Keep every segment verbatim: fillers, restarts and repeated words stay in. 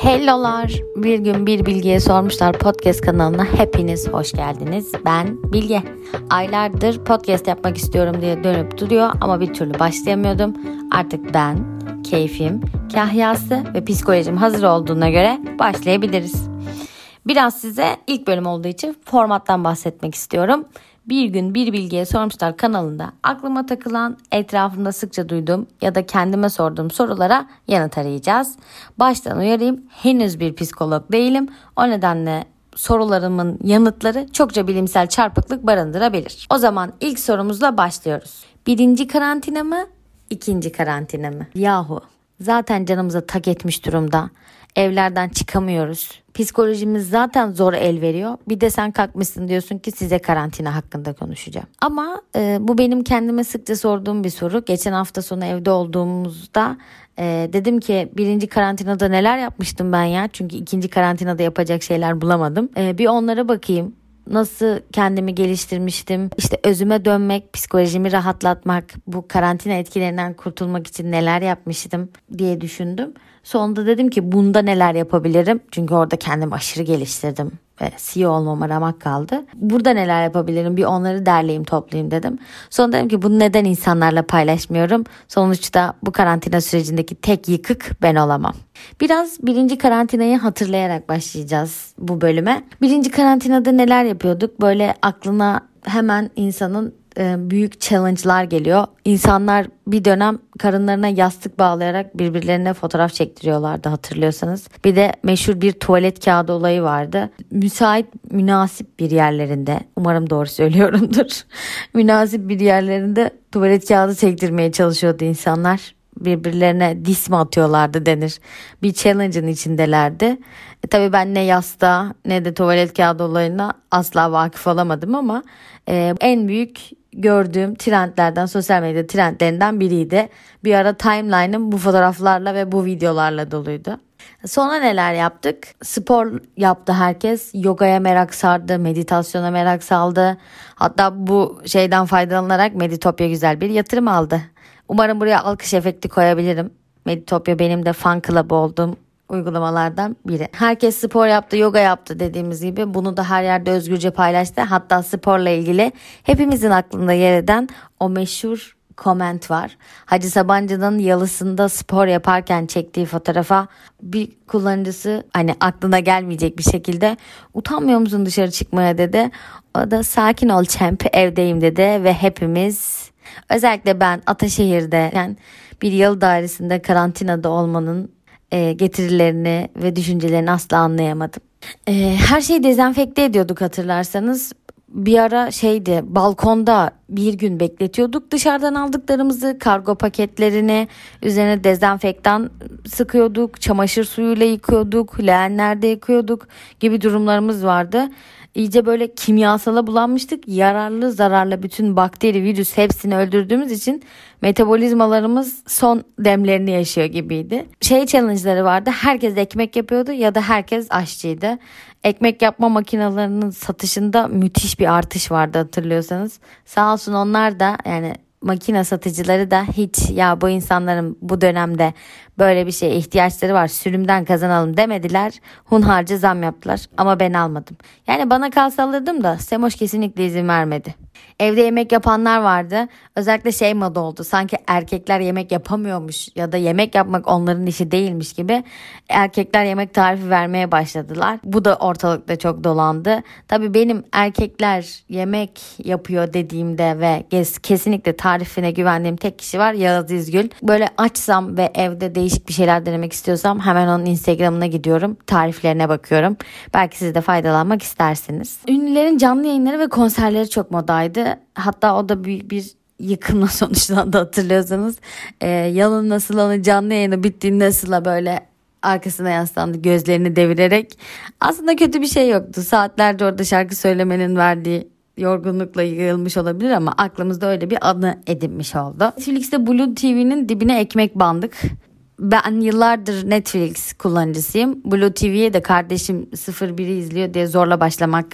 Hellolar, bir gün bir Bilge'ye sormuşlar podcast kanalına hepiniz hoş geldiniz. Ben Bilge. Aylardır podcast yapmak istiyorum diye dönüp duruyor ama bir türlü başlayamıyordum. Artık ben, keyfim, kahyası ve psikolojim hazır olduğuna göre başlayabiliriz. Biraz size ilk bölüm olduğu için formattan bahsetmek istiyorum. Bir gün bir Bilge'ye sormuşlar kanalında aklıma takılan, etrafımda sıkça duyduğum ya da kendime sorduğum sorulara yanıt arayacağız. Baştan uyarayım, henüz bir psikolog değilim. O nedenle sorularımın yanıtları çokça bilimsel çarpıklık barındırabilir. O zaman ilk sorumuzla başlıyoruz. Birinci karantina mı, ikinci karantina mı? Yahu zaten canımıza tak etmiş durumda. Evlerden çıkamıyoruz. Psikolojimiz zaten zor el veriyor. Bir de sen kalkmışsın diyorsun ki size karantina hakkında konuşacağım. Ama e, bu benim kendime sıkça sorduğum bir soru. Geçen hafta sonu evde olduğumuzda e, dedim ki birinci karantinada neler yapmıştım ben ya? Çünkü ikinci karantinada yapacak şeyler bulamadım. E, bir onlara bakayım. Nasıl kendimi geliştirmiştim? İşte özüme dönmek, psikolojimi rahatlatmak, bu karantina etkilerinden kurtulmak için neler yapmıştım diye düşündüm. Sonunda dedim ki bunda neler yapabilirim? Çünkü orada kendimi aşırı geliştirdim ve C E O olmama ramak kaldı. Burada neler yapabilirim? Bir onları derleyeyim, toplayayım dedim. Sonra dedim ki bunu neden insanlarla paylaşmıyorum? Sonuçta bu karantina sürecindeki tek yıkık ben olamam. Biraz birinci karantinayı hatırlayarak başlayacağız bu bölüme. Birinci karantinada neler yapıyorduk? Böyle aklına hemen insanın büyük challenge'lar geliyor. İnsanlar bir dönem karınlarına yastık bağlayarak birbirlerine fotoğraf çektiriyorlardı hatırlıyorsanız. Bir de meşhur bir tuvalet kağıdı olayı vardı. Müsait, münasip bir yerlerinde, umarım doğru söylüyorumdur. Münasip bir yerlerinde tuvalet kağıdı çektirmeye çalışıyordu insanlar. Birbirlerine dis mi atıyorlardı denir. Bir challenge'ın içindelerdi. E, tabii ben ne yastığa ne de tuvalet kağıdı olayına asla vakıf olamadım ama e, en büyük gördüğüm trendlerden, sosyal medya trendlerinden biriydi. Bir ara timeline'ım bu fotoğraflarla ve bu videolarla doluydu. Sonra neler yaptık? Spor yaptı herkes. Yogaya merak sardı, meditasyona merak saldı. Hatta bu şeyden faydalanarak Meditopya güzel bir yatırım aldı. Umarım buraya alkış efekti koyabilirim. Meditopya benim de fan club olduğum uygulamalardan biri. Herkes spor yaptı, yoga yaptı dediğimiz gibi bunu da her yerde özgürce paylaştı. Hatta sporla ilgili hepimizin aklında yer eden o meşhur comment var. Hacı Sabancı'nın yalısında spor yaparken çektiği fotoğrafa bir kullanıcısı hani aklına gelmeyecek bir şekilde utanmıyor musun dışarı çıkmaya dedi. O da sakin ol champ, evdeyim dedi ve hepimiz, özellikle ben Ataşehir'de yani bir yalı dairesinde karantinada olmanın e, getirilerini ve düşüncelerini asla anlayamadım. E, her şeyi dezenfekte ediyorduk hatırlarsanız. Bir ara şeydi, balkonda bir gün bekletiyorduk dışarıdan aldıklarımızı, kargo paketlerini, üzerine dezenfektan sıkıyorduk, çamaşır suyuyla yıkıyorduk, leğenlerde yıkıyorduk gibi durumlarımız vardı. İyice böyle kimyasala bulanmıştık. Yararlı zararlı bütün bakteri, virüs hepsini öldürdüğümüz için metabolizmalarımız son demlerini yaşıyor gibiydi. Şey challenge'ları vardı. Herkes ekmek yapıyordu ya da herkes aşçıydı. Ekmek yapma makinelerinin satışında müthiş bir artış vardı hatırlıyorsanız. Sağ olsun onlar da yani makine satıcıları da hiç ya bu insanların bu dönemde böyle bir şeye ihtiyaçları var sürümden kazanalım demediler. Hunharca zam yaptılar ama ben almadım. Yani bana kalsa alırdım da Semoş kesinlikle izin vermedi. Evde yemek yapanlar vardı. Özellikle şey moda oldu. Sanki erkekler yemek yapamıyormuş ya da yemek yapmak onların işi değilmiş gibi erkekler yemek tarifi vermeye başladılar. Bu da ortalıkta çok dolandı. Tabii benim erkekler yemek yapıyor dediğimde ve kesinlikle tarifine güvendiğim tek kişi var, Yağız İzgül. Böyle açsam ve evde değişik bir şeyler denemek istiyorsam hemen onun Instagram'ına gidiyorum. Tariflerine bakıyorum. Belki siz de faydalanmak istersiniz. Ünlülerin canlı yayınları ve konserleri çok modaydı. Hatta o da büyük bir yıkımla sonuçlandı hatırlıyorsanız. Ee, Yalın Nasıl'ın canlı yayını bittiğinde Sıla böyle arkasına yaslandı gözlerini devirerek. Aslında kötü bir şey yoktu. Saatlerce orada şarkı söylemenin verdiği yorgunlukla yığılmış olabilir ama aklımızda öyle bir anı edinmiş oldu. Netflix'te Blue T V'nin dibine ekmek bandık. Ben yıllardır Netflix kullanıcısıyım. Blue T V'ye de kardeşim sıfır biri izliyor diye zorla başlamak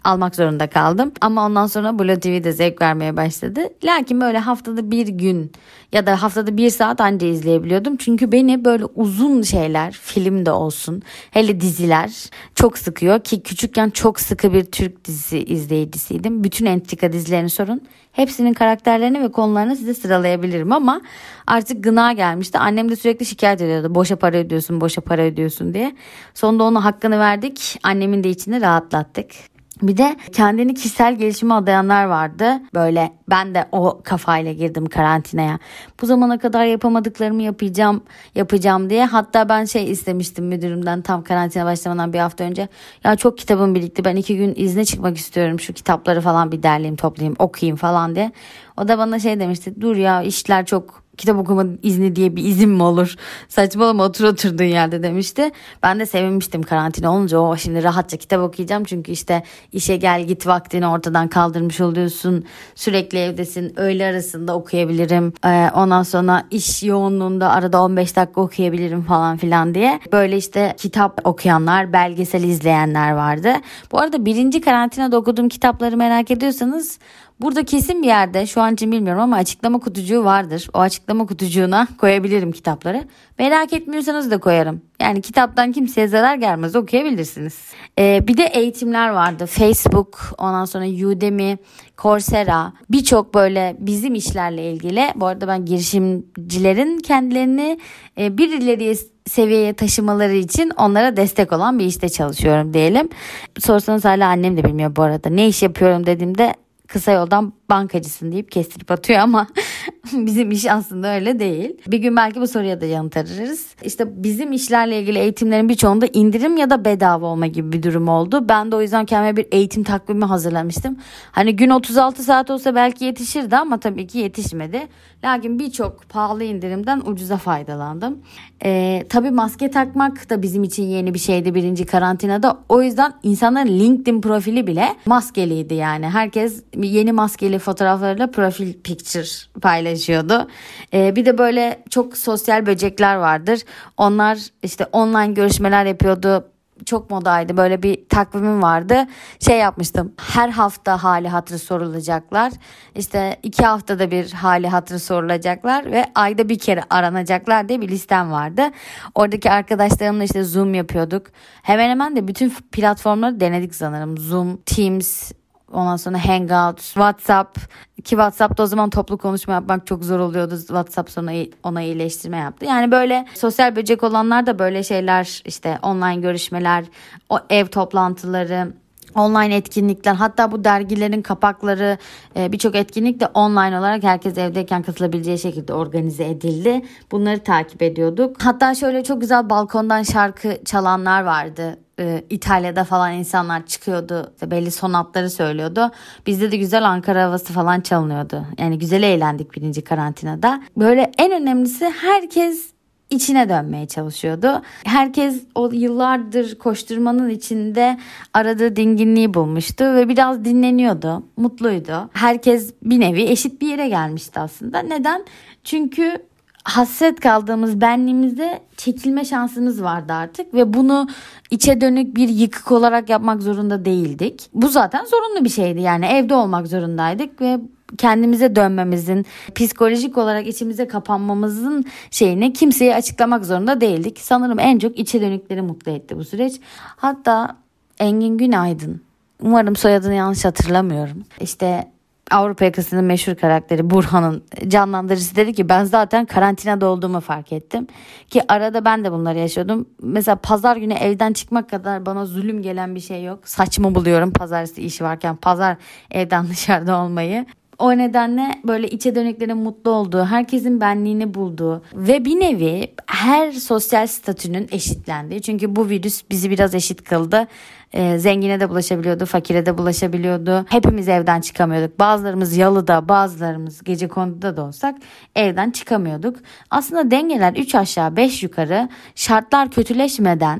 almak zorunda kaldım. Ama ondan sonra Blue T V de zevk vermeye başladı. Lakin böyle haftada bir gün ya da haftada bir saat anca izleyebiliyordum. Çünkü beni böyle uzun şeyler, film de olsun, hele diziler çok sıkıyor. Ki küçükken çok sıkı bir Türk dizisi izleyicisiydim. Bütün entrika dizilerini sorun. Hepsinin karakterlerini ve konularını size sıralayabilirim ama artık gına gelmişti. Annem de sürekli şikayet ediyordu. Boşa para ödüyorsun, boşa para ödüyorsun diye. Sonunda ona hakkını verdik. Annemin de içini rahatlattık. Bir de kendini kişisel gelişime adayanlar vardı. Böyle ben de o kafayla girdim karantinaya. Bu zamana kadar yapamadıklarımı yapacağım, yapacağım diye. Hatta ben şey istemiştim müdürümden tam karantina başlamadan bir hafta önce. Ya çok kitabım birikti, ben iki gün izne çıkmak istiyorum. Şu kitapları falan bir derleyeyim, toplayayım, okuyayım falan diye. O da bana şey demişti. Dur ya, işler çok, kitap okuma izni diye bir izin mi olur? Saçmalama, otur oturduğun yerde demişti. Ben de sevinmiştim karantina olunca. O şimdi rahatça kitap okuyacağım. Çünkü işte işe gel git vaktini ortadan kaldırmış oluyorsun. Sürekli evdesin. Öğle arasında okuyabilirim. Ee, ondan sonra iş yoğunluğunda arada on beş dakika okuyabilirim falan filan diye. Böyle işte kitap okuyanlar, belgesel izleyenler vardı. Bu arada birinci karantinada okuduğum kitapları merak ediyorsanız burada kesin bir yerde, şu an için bilmiyorum ama açıklama kutucuğu vardır. O açıklama kutucuğuna koyabilirim kitapları. Merak etmiyorsanız da koyarım. Yani kitaptan kimseye zarar gelmez, okuyabilirsiniz. Ee, bir de eğitimler vardı. Facebook, ondan sonra Udemy, Coursera, birçok böyle bizim işlerle ilgili. Bu arada ben girişimcilerin kendilerini e, bir ileriye seviyeye taşımaları için onlara destek olan bir işte çalışıyorum diyelim. Sorsanız hala annem de bilmiyor bu arada. Ne iş yapıyorum dediğimde kısa yoldan bankacısın deyip kestirip atıyor ama bizim iş aslında öyle değil. Bir gün belki bu soruya da yanıt ararız. İşte bizim işlerle ilgili eğitimlerin birçoğunda indirim ya da bedava olma gibi bir durum oldu. Ben de o yüzden kendime bir eğitim takvimi hazırlamıştım. Hani gün otuz altı saat olsa belki yetişirdi ama tabii ki yetişmedi. Lakin birçok pahalı indirimden ucuza faydalandım. Ee, tabii maske takmak da bizim için yeni bir şeydi birinci karantinada. O yüzden insanların LinkedIn profili bile maskeliydi yani. Herkes yeni maskeli fotoğraflarıyla profil picture paylaşıyordu. Ee, bir de böyle çok sosyal böcekler vardır. Onlar işte online görüşmeler yapıyordu. Çok modaydı. Böyle bir takvimim vardı. Şey yapmıştım. Her hafta hali hatırı sorulacaklar. İşte iki haftada bir hali hatırı sorulacaklar ve ayda bir kere aranacaklar diye bir listem vardı. Oradaki arkadaşlarımla işte Zoom yapıyorduk. Hemen hemen de bütün platformları denedik sanırım. Zoom, Teams, ondan sonra Hangout, WhatsApp, ki WhatsApp'ta o zaman toplu konuşma yapmak çok zor oluyordu. WhatsApp sonra ona iyileştirme yaptı. Yani böyle sosyal böcek olanlar da böyle şeyler, işte online görüşmeler, o ev toplantıları, online etkinlikler, hatta bu dergilerin kapakları, birçok etkinlik de online olarak herkes evdeyken katılabileceği şekilde organize edildi. Bunları takip ediyorduk. Hatta şöyle çok güzel balkondan şarkı çalanlar vardı. İtalya'da falan insanlar çıkıyordu, belli sonatları söylüyordu. Bizde de güzel Ankara havası falan çalınıyordu. Yani güzel eğlendik birinci karantinada. Böyle en önemlisi herkes içine dönmeye çalışıyordu. Herkes o yıllardır koşturmanın içinde aradığı dinginliği bulmuştu ve biraz dinleniyordu, mutluydu. Herkes bir nevi eşit bir yere gelmişti aslında. Neden? Çünkü hasret kaldığımız benliğimizde çekilme şansımız vardı artık ve bunu içe dönük bir yıkık olarak yapmak zorunda değildik. Bu zaten zorunlu bir şeydi, yani evde olmak zorundaydık ve kendimize dönmemizin, psikolojik olarak içimize kapanmamızın şeyini kimseye açıklamak zorunda değildik. Sanırım en çok içe dönükleri mutlu etti bu süreç. Hatta Engin Günaydın, umarım soyadını yanlış hatırlamıyorum, İşte Avrupa Yakası'nın meşhur karakteri Burhan'ın canlandırıcısı dedi ki ben zaten karantinada olduğumu fark ettim. Ki arada ben de bunları yaşıyordum. Mesela pazar günü evden çıkmak kadar bana zulüm gelen bir şey yok. Saçma buluyorum pazartesi işi varken pazar evden dışarıda olmayı. O nedenle böyle içe dönüklerin mutlu olduğu, herkesin benliğini bulduğu ve bir nevi her sosyal statünün eşitlendiği. Çünkü bu virüs bizi biraz eşit kıldı. Ee, zengine de bulaşabiliyordu, fakire de bulaşabiliyordu. Hepimiz evden çıkamıyorduk. Bazılarımız yalıda, bazılarımız gecekonduda da olsak evden çıkamıyorduk. Aslında dengeler üç aşağı beş yukarı şartlar kötüleşmeden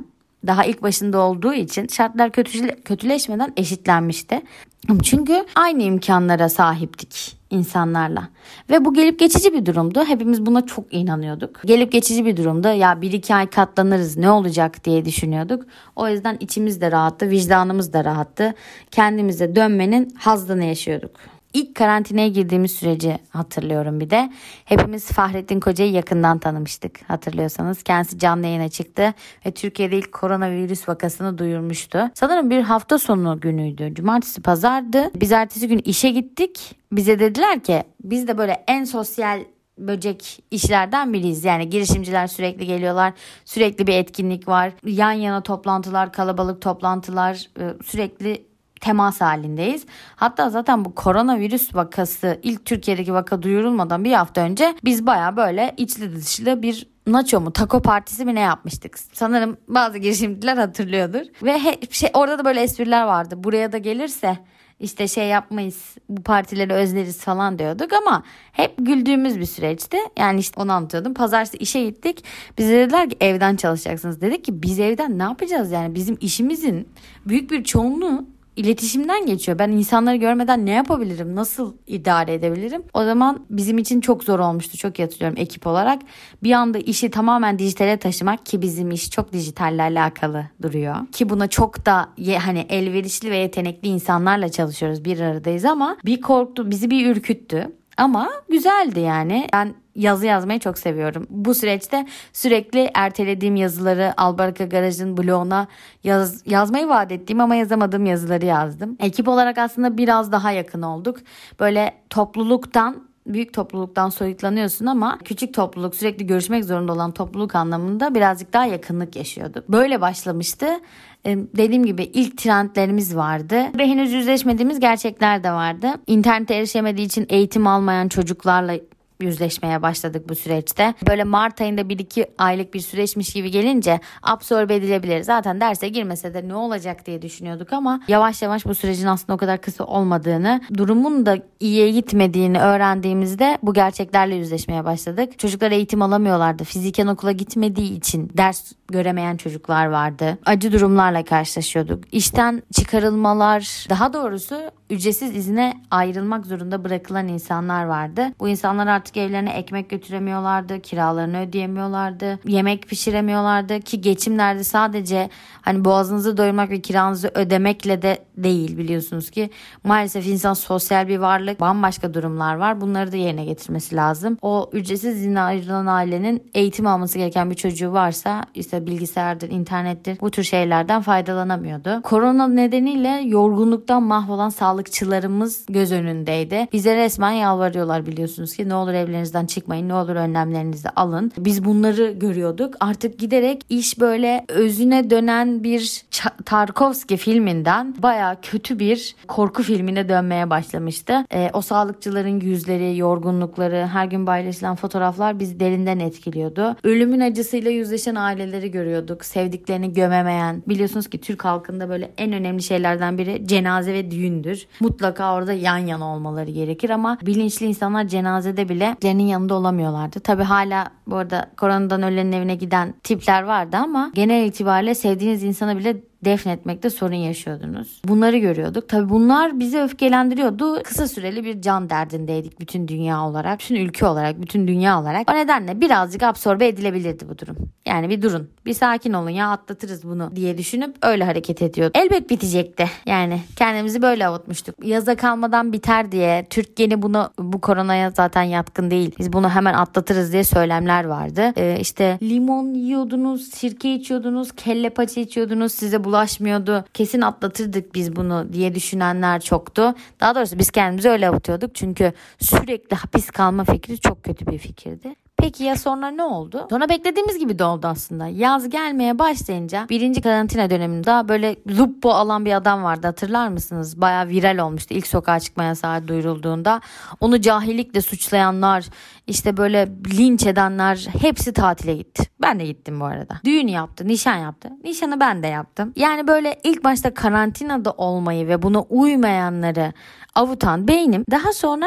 daha ilk başında olduğu için şartlar kötü, kötüleşmeden eşitlenmişti. Çünkü aynı imkanlara sahiptik insanlarla. Ve bu gelip geçici bir durumdu. Hepimiz buna çok inanıyorduk. Gelip geçici bir durumda ya bir iki ay katlanırız ne olacak diye düşünüyorduk. O yüzden içimiz de rahattı, vicdanımız da rahattı. Kendimize dönmenin hazzını yaşıyorduk. İlk karantinaya girdiğimiz süreci hatırlıyorum bir de. Hepimiz Fahrettin Koca'yı yakından tanımıştık hatırlıyorsanız. Kendisi canlı yayına çıktı ve Türkiye'de ilk koronavirüs vakasını duyurmuştu. Sanırım bir hafta sonu günüydü. Cumartesi pazardı. Biz ertesi gün işe gittik. Bize dediler ki biz de böyle en sosyal böcek işlerden biriyiz. Yani girişimciler sürekli geliyorlar. Sürekli bir etkinlik var. Yan yana toplantılar, kalabalık toplantılar, sürekli temas halindeyiz. Hatta zaten bu koronavirüs vakası ilk Türkiye'deki vaka duyurulmadan bir hafta önce biz baya böyle içli dışlı bir nacho mu taco partisi mi ne yapmıştık. Sanırım bazı girişimciler hatırlıyordur. Ve hep şey, orada da böyle espriler vardı. Buraya da gelirse işte şey yapmayız, bu partileri özleriz falan diyorduk ama hep güldüğümüz bir süreçti. Yani işte onu anlatıyordum. Pazartesi işe gittik. Bize dediler ki evden çalışacaksınız. Dedik ki biz evden ne yapacağız yani? Bizim işimizin büyük bir çoğunluğu İletişimden geçiyor. Ben insanları görmeden ne yapabilirim? Nasıl idare edebilirim? O zaman bizim için çok zor olmuştu. Çok iyi hatırlıyorum ekip olarak. Bir anda işi tamamen dijitale taşımak ki bizim iş çok dijitalle alakalı duruyor. Ki buna çok da hani elverişli ve yetenekli insanlarla çalışıyoruz. Bir aradayız ama bir korktu, bizi bir ürküttü. Ama güzeldi yani. Ben yazı yazmayı çok seviyorum. Bu süreçte sürekli ertelediğim yazıları Albaraka Garaj'ın bloguna yaz, yazmayı vaat ettiğim ama yazamadığım yazıları yazdım. Ekip olarak aslında biraz daha yakın olduk. Böyle topluluktan büyük topluluktan soyutlanıyorsun ama küçük topluluk sürekli görüşmek zorunda olan topluluk anlamında birazcık daha yakınlık yaşıyorduk. Böyle başlamıştı. Ee, dediğim gibi ilk trendlerimiz vardı ve henüz yüzleşmediğimiz gerçekler de vardı. İnternete erişemediği için eğitim almayan çocuklarla yüzleşmeye başladık bu süreçte. Böyle Mart ayında bir iki aylık bir süreçmiş gibi gelince absorbe edilebilir. Zaten derse girmese de ne olacak diye düşünüyorduk ama yavaş yavaş bu sürecin aslında o kadar kısa olmadığını, durumun da iyiye gitmediğini öğrendiğimizde bu gerçeklerle yüzleşmeye başladık. Çocuklar eğitim alamıyorlardı. Fiziken okula gitmediği için ders göremeyen çocuklar vardı. Acı durumlarla karşılaşıyorduk. İşten çıkarılmalar, daha doğrusu ücretsiz izine ayrılmak zorunda bırakılan insanlar vardı. Bu insanlar artık evlerine ekmek götüremiyorlardı, kiralarını ödeyemiyorlardı, yemek pişiremiyorlardı ki geçim derdi sadece hani boğazınızı doyurmak ve kiranızı ödemekle de değil, biliyorsunuz ki maalesef insan sosyal bir varlık, bambaşka durumlar var. Bunları da yerine getirmesi lazım. O ücretsiz izine ayrılan ailenin eğitim alması gereken bir çocuğu varsa işte bilgisayardır, internettir, bu tür şeylerden faydalanamıyordu. Korona nedeniyle yorgunluktan mahvolan sağlıkçılarımız göz önündeydi. Bize resmen yalvarıyorlar, biliyorsunuz ki ne olur evlerinizden çıkmayın, ne olur önlemlerinizi alın. Biz bunları görüyorduk. Artık giderek iş böyle özüne dönen bir Tarkovski filminden bayağı kötü bir korku filmine dönmeye başlamıştı. E, o sağlıkçıların yüzleri, yorgunlukları, her gün paylaşılan fotoğraflar bizi derinden etkiliyordu. Ölümün acısıyla yüzleşen aileleri görüyorduk. Sevdiklerini gömemeyen. Biliyorsunuz ki Türk halkında böyle en önemli şeylerden biri cenaze ve düğündür. Mutlaka orada yan yana olmaları gerekir ama bilinçli insanlar cenazede bile lerinin yanında olamıyorlardı. Tabii hala bu arada koronadan ölenin evine giden tipler vardı ama genel itibariyle sevdiğiniz insanı bile defnetmekte sorun yaşıyordunuz. Bunları görüyorduk. Tabii bunlar bizi öfkelendiriyordu. Kısa süreli bir can derdindeydik bütün dünya olarak, bütün ülke olarak, bütün dünya olarak. O nedenle birazcık absorbe edilebilirdi bu durum. Yani bir durun, bir sakin olun ya, atlatırız bunu diye düşünüp öyle hareket ediyorduk. Elbet bitecekti. Yani kendimizi böyle avutmuştuk. Yaza kalmadan biter diye, Türk geni bunu, bu koronaya zaten yatkın değil, biz bunu hemen atlatırız diye söylemler vardı. Ee, işte limon yiyordunuz, sirke içiyordunuz, kelle paça içiyordunuz, size bulaşmıyordu, kesin atlatırdık biz bunu diye düşünenler çoktu. Daha doğrusu biz kendimizi öyle avutuyorduk çünkü sürekli hapis kalma fikri çok kötü bir fikirdi. Peki ya sonra ne oldu? Sonra beklediğimiz gibi de oldu aslında. Yaz gelmeye başlayınca birinci karantina döneminde böyle Lupo alan bir adam vardı, hatırlar mısınız? Bayağı viral olmuştu ilk sokağa çıkma yasağı duyurulduğunda. Onu cahillikle suçlayanlar, işte böyle linç edenler hepsi tatile gitti. Ben de gittim bu arada. Düğün yaptı, nişan yaptı. Nişanı ben de yaptım. Yani böyle ilk başta karantinada olmayı ve buna uymayanları avutan beynim daha sonra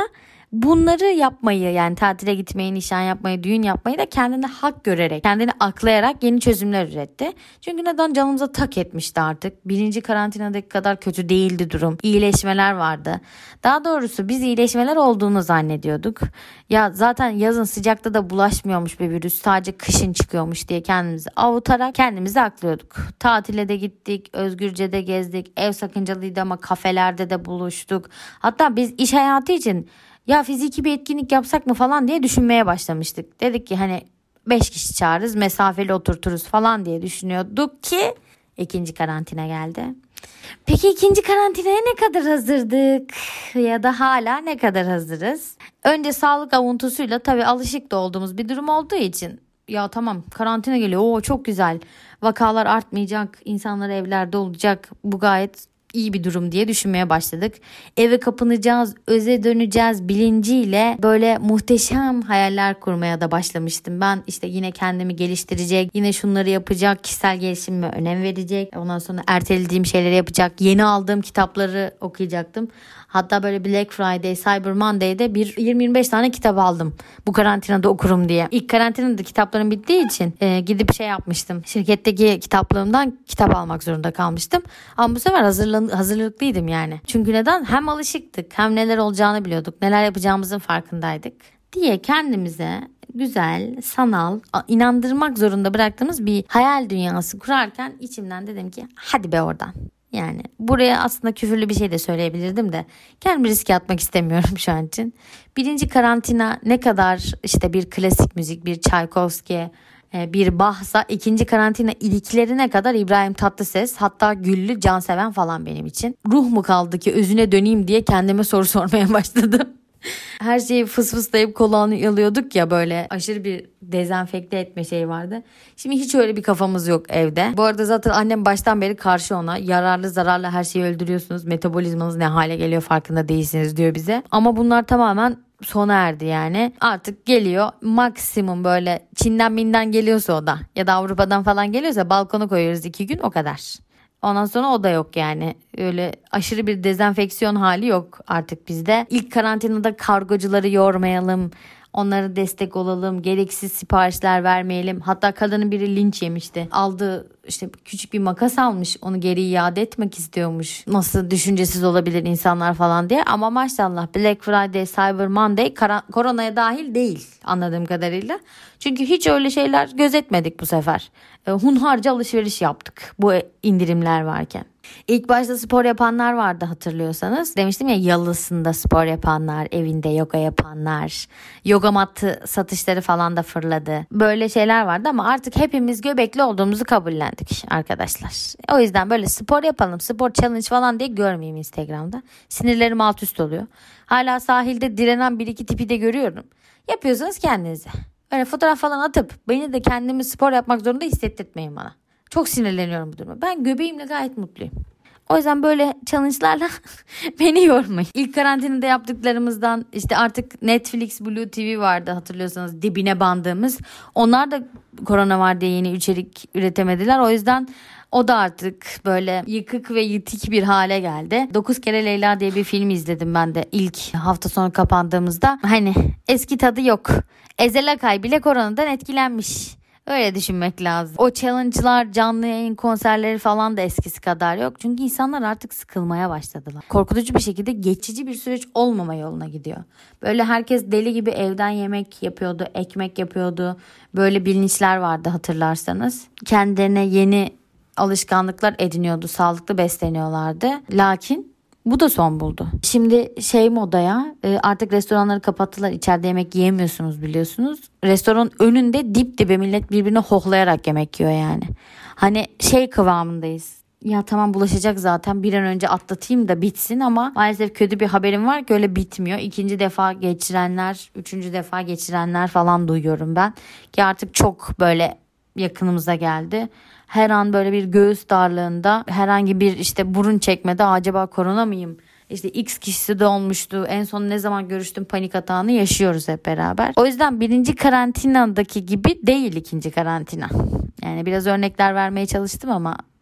Bunları yapmayı, yani tatile gitmeyi, nişan yapmayı, düğün yapmayı da kendine hak görerek, kendini aklayarak yeni çözümler üretti. Çünkü neden, canımıza tak etmişti artık. Birinci karantinadaki kadar kötü değildi durum. İyileşmeler vardı. Daha doğrusu biz iyileşmeler olduğunu zannediyorduk. Ya zaten yazın sıcakta da bulaşmıyormuş bir virüs. Sadece kışın çıkıyormuş diye kendimizi avutarak kendimizi aklıyorduk. Tatile de gittik, özgürce de gezdik. Ev sakıncalıydı ama kafelerde de buluştuk. Hatta biz iş hayatı için ya fiziki bir etkinlik yapsak mı falan diye düşünmeye başlamıştık. Dedik ki hani beş kişi çağırırız, mesafeli oturturuz falan diye düşünüyorduk ki ikinci karantina geldi. Peki ikinci karantinaya ne kadar hazırdık ya da hala ne kadar hazırız? Önce sağlık avuntusuyla tabii alışık da olduğumuz bir durum olduğu için ya tamam karantina geliyor, o çok güzel, vakalar artmayacak, insanlar evlerde olacak, bu gayet iyi bir durum diye düşünmeye başladık. Eve kapanacağız, öze döneceğiz bilinciyle böyle muhteşem hayaller kurmaya da başlamıştım. Ben işte yine kendimi geliştirecek, yine şunları yapacak, kişisel gelişimime önem verecek. Ondan sonra ertelediğim şeyleri yapacak, yeni aldığım kitapları okuyacaktım. Hatta böyle Black Friday, Cyber Monday'de bir yirmi yirmi beş tane kitap aldım. Bu karantinada okurum diye. İlk karantinada kitaplarım bittiği için e, gidip şey yapmıştım. Şirketteki kitaplığımdan kitap almak zorunda kalmıştım. Ama bu sefer hazırlan hazırlıklıydım yani. Çünkü neden? Hem alışıktık, hem neler olacağını biliyorduk, neler yapacağımızın farkındaydık diye kendimize güzel, sanal, inandırmak zorunda bıraktığımız bir hayal dünyası kurarken içimden dedim ki hadi be oradan. Yani buraya aslında küfürlü bir şey de söyleyebilirdim de kendimi riske atmak istemiyorum şu an için. Birinci karantina ne kadar işte bir klasik müzik, bir Tchaikovsky, bir Bach'sa, ikinci karantina iliklerine kadar İbrahim Tatlıses, hatta Güllü, Canseven falan benim için. Ruh mu kaldı ki özüne döneyim diye kendime soru sormaya başladım. Her şeyi fıs fıslayıp kulağını yalıyorduk ya, böyle aşırı bir dezenfekte etme şeyi vardı. Şimdi hiç öyle bir kafamız yok evde. Bu arada zaten annem baştan beri karşı ona. Yararlı zararlı her şeyi öldürüyorsunuz. Metabolizmanız ne hale geliyor farkında değilsiniz diyor bize. Ama bunlar tamamen sona erdi yani. Artık geliyor maksimum böyle Çin'den Min'den geliyorsa o da ya da Avrupa'dan falan geliyorsa balkona koyuyoruz iki gün, o kadar. Ondan sonra o da yok yani. Öyle aşırı bir dezenfeksiyon hali yok artık bizde. İlk karantinada kargocuları yormayalım, onlara destek olalım, gereksiz siparişler vermeyelim. Hatta kadının biri linç yemişti. Aldığı işte küçük bir makas almış, onu geri iade etmek istiyormuş. Nasıl düşüncesiz olabilir insanlar falan diye. Ama maşallah Black Friday, Cyber Monday kara- koronaya dahil değil anladığım kadarıyla. Çünkü hiç öyle şeyler gözetmedik bu sefer. E, hunharca alışveriş yaptık bu indirimler varken. İlk başta spor yapanlar vardı hatırlıyorsanız. Demiştim ya, yalısında spor yapanlar, evinde yoga yapanlar, yoga matı satışları falan da fırladı. Böyle şeyler vardı ama artık hepimiz göbekli olduğumuzu kabullendik arkadaşlar. O yüzden böyle spor yapalım, spor challenge falan diye görmeyeyim Instagram'da. Sinirlerim alt üst oluyor. Hala sahilde direnen bir iki tipi de görüyorum. Yapıyorsanız kendinize. Öyle fotoğraf falan atıp beni de kendimi spor yapmak zorunda hissettirtmeyin bana. Çok sinirleniyorum bu duruma. Ben göbeğimle gayet mutluyum. O yüzden böyle challenge'larla beni yormayın. İlk karantinada yaptıklarımızdan işte artık Netflix, Blue T V vardı hatırlıyorsanız, dibine bandığımız. Onlar da korona var diye yeni içerik üretemediler. O yüzden o da artık böyle yıkık ve yitik bir hale geldi. Dokuz Kere Leyla diye bir film izledim ben de ilk hafta sonu kapandığımızda. Hani eski tadı yok. Ezel Akay bile koronadan etkilenmiş. Öyle düşünmek lazım. O challenge'lar, canlı yayın konserleri falan da eskisi kadar yok. Çünkü insanlar artık sıkılmaya başladılar. Korkutucu bir şekilde geçici bir süreç olmama yoluna gidiyor. Böyle herkes deli gibi evden yemek yapıyordu, ekmek yapıyordu. Böyle bilinçler vardı hatırlarsanız. Kendilerine yeni alışkanlıklar ediniyordu, sağlıklı besleniyorlardı. Lakin bu da son buldu. Şimdi şey modaya, artık restoranları kapattılar. İçeride yemek yiyemiyorsunuz biliyorsunuz. Restoran önünde dip dibe millet birbirine hohlayarak yemek yiyor yani. Hani şey kıvamındayız. Ya tamam bulaşacak zaten, bir an önce atlatayım da bitsin, ama maalesef kötü bir haberim var ki öyle bitmiyor. İkinci defa geçirenler, üçüncü defa geçirenler falan duyuyorum ben. Ki artık çok böyle yakınımıza geldi. Her an böyle bir göğüs darlığında, herhangi bir işte burun çekmede acaba korona mıyım? İşte X kişisi de olmuştu. En son ne zaman görüştüm panik atağını yaşıyoruz hep beraber. O yüzden birinci karantinadaki gibi değil ikinci karantina. Yani biraz örnekler vermeye çalıştım ama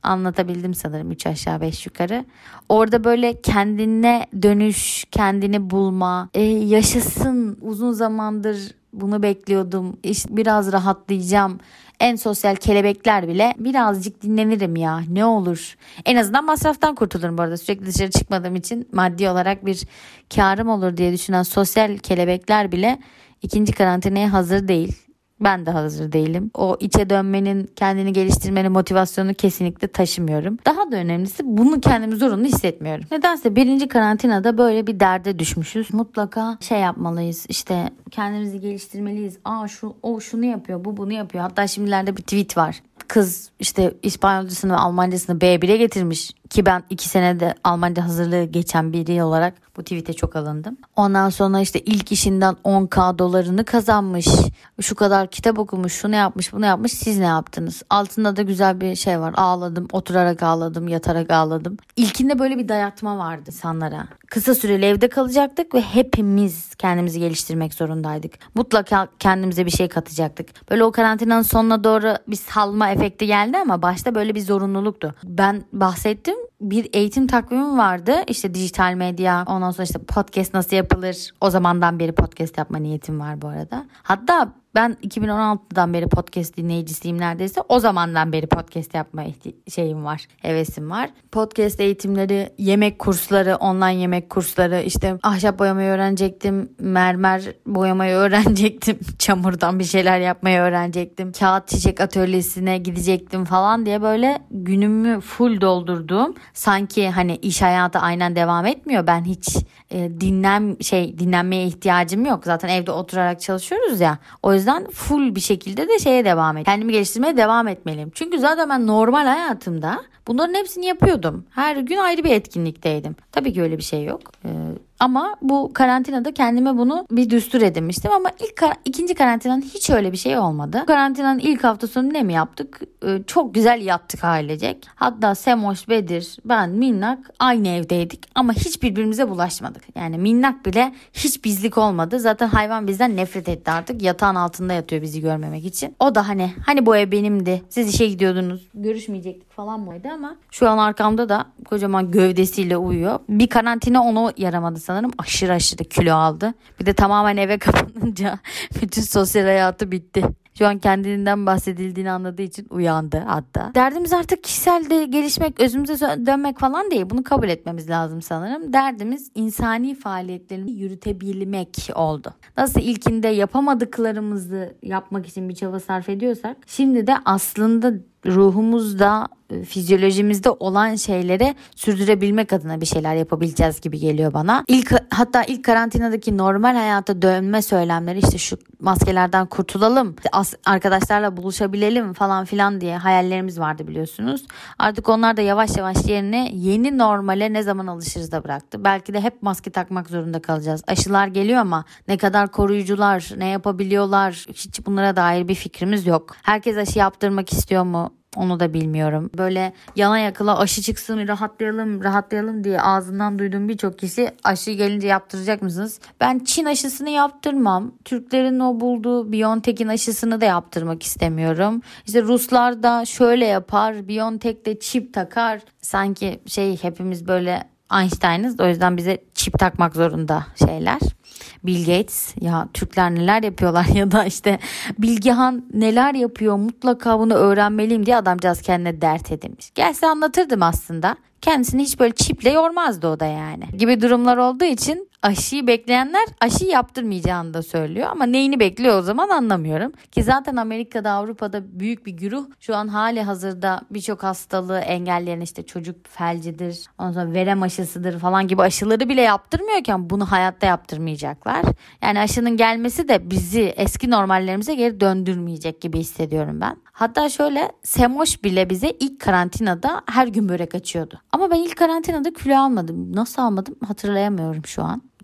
Anlatabildim sanırım üç aşağı beş yukarı. Orada böyle kendine dönüş, kendini bulma, e, yaşasın, uzun zamandır bunu bekliyordum, İşte biraz rahatlayacağım. En sosyal kelebekler bile birazcık dinlenirim ya, ne olur. En azından masraftan kurtulurum bu arada. Sürekli dışarı çıkmadığım için maddi olarak bir karım olur diye düşünen sosyal kelebekler bile ikinci karantinaya hazır değil. Ben de hazır değilim. O içe dönmenin, kendini geliştirmenin motivasyonunu kesinlikle taşımıyorum. Daha da önemlisi bunu kendimi zorunlu hissetmiyorum. Nedense birinci karantinada böyle bir derde düşmüşüz. Mutlaka şey yapmalıyız. İşte kendimizi geliştirmeliyiz. Aa şu o şunu yapıyor, bu bunu yapıyor. Hatta şimdilerde bir tweet var. Kız işte İspanyolcasını ve Almancasını B bire getirmiş. Ki ben iki senede Almanca hazırlığı geçen biri olarak bu tweet'e çok alındım. Ondan sonra işte ilk işinden on bin dolarını kazanmış. Şu kadar kitap okumuş, şunu yapmış, bunu yapmış. Siz ne yaptınız? Altında da güzel bir şey var. Ağladım, oturarak ağladım, yatarak ağladım. İlkinde böyle bir dayatma vardı insanlara. Kısa süreli evde kalacaktık ve hepimiz kendimizi geliştirmek zorundaydık. Mutlaka kendimize bir şey katacaktık. Böyle o karantinanın sonuna doğru bir salma efekti geldi ama başta böyle bir zorunluluktu. Ben bahsettim. Bir eğitim takvimim vardı. İşte dijital medya, ondan sonra işte podcast nasıl yapılır. O zamandan beri podcast yapma niyetim var bu arada. Hatta ben iki bin on altıdan beri podcast dinleyicisiyim neredeyse. O zamandan beri podcast yapma şeyim var, hevesim var. Podcast eğitimleri, yemek kursları, online yemek kursları, işte ahşap boyamayı öğrenecektim, mermer boyamayı öğrenecektim, çamurdan bir şeyler yapmayı öğrenecektim, kağıt çiçek atölyesine gidecektim falan diye böyle günümü full doldurduğum, sanki hani iş hayatı aynen devam etmiyor. Ben hiç e, dinlen şey dinlenmeye ihtiyacım yok. Zaten evde oturarak çalışıyoruz ya. O yüzden yüzden full bir şekilde de şeye devam et. Kendimi geliştirmeye devam etmeliyim. Çünkü zaten ben normal hayatımda bunların hepsini yapıyordum. Her gün ayrı bir etkinlikteydim. Tabii ki öyle bir şey yok. Ee, ama bu karantinada kendime bunu bir düstur edinmiştim. Ama ilk ikinci karantinanın hiç öyle bir şey olmadı. Karantinanın ilk hafta sonu ne mi yaptık? Ee, çok güzel yattık ailecek. Hatta Semoş, Bedir, ben, Minnak aynı evdeydik. Ama hiç birbirimize bulaşmadık. Yani Minnak bile hiç bizlik olmadı. Zaten hayvan bizden nefret etti artık. Yatağın altında yatıyor bizi görmemek için. O da hani hani bu ev benimdi. Siz işe gidiyordunuz. Görüşmeyecektik falan mıydı ama şu an arkamda da kocaman gövdesiyle uyuyor. Bir karantina onu yaramadı sanırım. Aşırı aşırı kilo aldı. Bir de tamamen eve kapanınca bütün sosyal hayatı bitti. Şu an kendinden bahsedildiğini anladığı için uyandı hatta. Derdimiz artık kişisel de gelişmek, özümüze dönmek falan değil. Bunu kabul etmemiz lazım sanırım. Derdimiz insani faaliyetlerini yürütebilmek oldu. Nasıl ilkinde yapamadıklarımızı yapmak için bir çaba sarf ediyorsak, şimdi de aslında ruhumuzda, fizyolojimizde olan şeyleri sürdürebilmek adına bir şeyler yapabileceğiz gibi geliyor bana. İlk hatta ilk karantinadaki normal hayata dönme söylemleri, işte şu maskelerden kurtulalım, arkadaşlarla buluşabilelim falan filan diye hayallerimiz vardı biliyorsunuz. Artık onlar da yavaş yavaş yerine yeni normale ne zaman alışırız da bıraktı. Belki de hep maske takmak zorunda kalacağız. Aşılar geliyor ama ne kadar koruyucular, ne yapabiliyorlar, hiç bunlara dair bir fikrimiz yok. Herkes aşı yaptırmak istiyor mu? Onu da bilmiyorum. Böyle yana yakıla aşı çıksın, rahatlayalım rahatlayalım diye ağzından duyduğum birçok kişi aşı gelince yaptıracak mısınız? Ben Çin aşısını yaptırmam. Türklerin o bulduğu BioNTech'in aşısını da yaptırmak istemiyorum. İşte Ruslar da şöyle yapar, BioNTech de çip takar. Sanki şey, hepimiz böyle Einstein'ız, o yüzden bize çip takmak zorunda şeyler. Bill Gates, ya Türkler neler yapıyorlar ya da işte Bilgehan neler yapıyor, mutlaka bunu öğrenmeliyim diye adamcağız kendine dert edinmiş. Gelse anlatırdım aslında. Kendisini hiç böyle çiple yormazdı o da yani. Gibi durumlar olduğu için aşıyı bekleyenler aşıyı yaptırmayacağını da söylüyor. Ama neyini bekliyor o zaman anlamıyorum. Ki zaten Amerika'da, Avrupa'da büyük bir güruh şu an hali hazırda birçok hastalığı engelleyen, işte çocuk felcidir, ondan sonra verem aşısıdır falan gibi aşıları bile yaptırmıyorken bunu hayatta yaptırmayacaklar. Yani aşının gelmesi de bizi eski normallerimize geri döndürmeyecek gibi hissediyorum ben. Hatta şöyle, Semoş bile bize ilk karantinada her gün börek açıyordu. Ama ben ilk karantinada kilo almadım. Nasıl almadım hatırlayamıyorum şu an.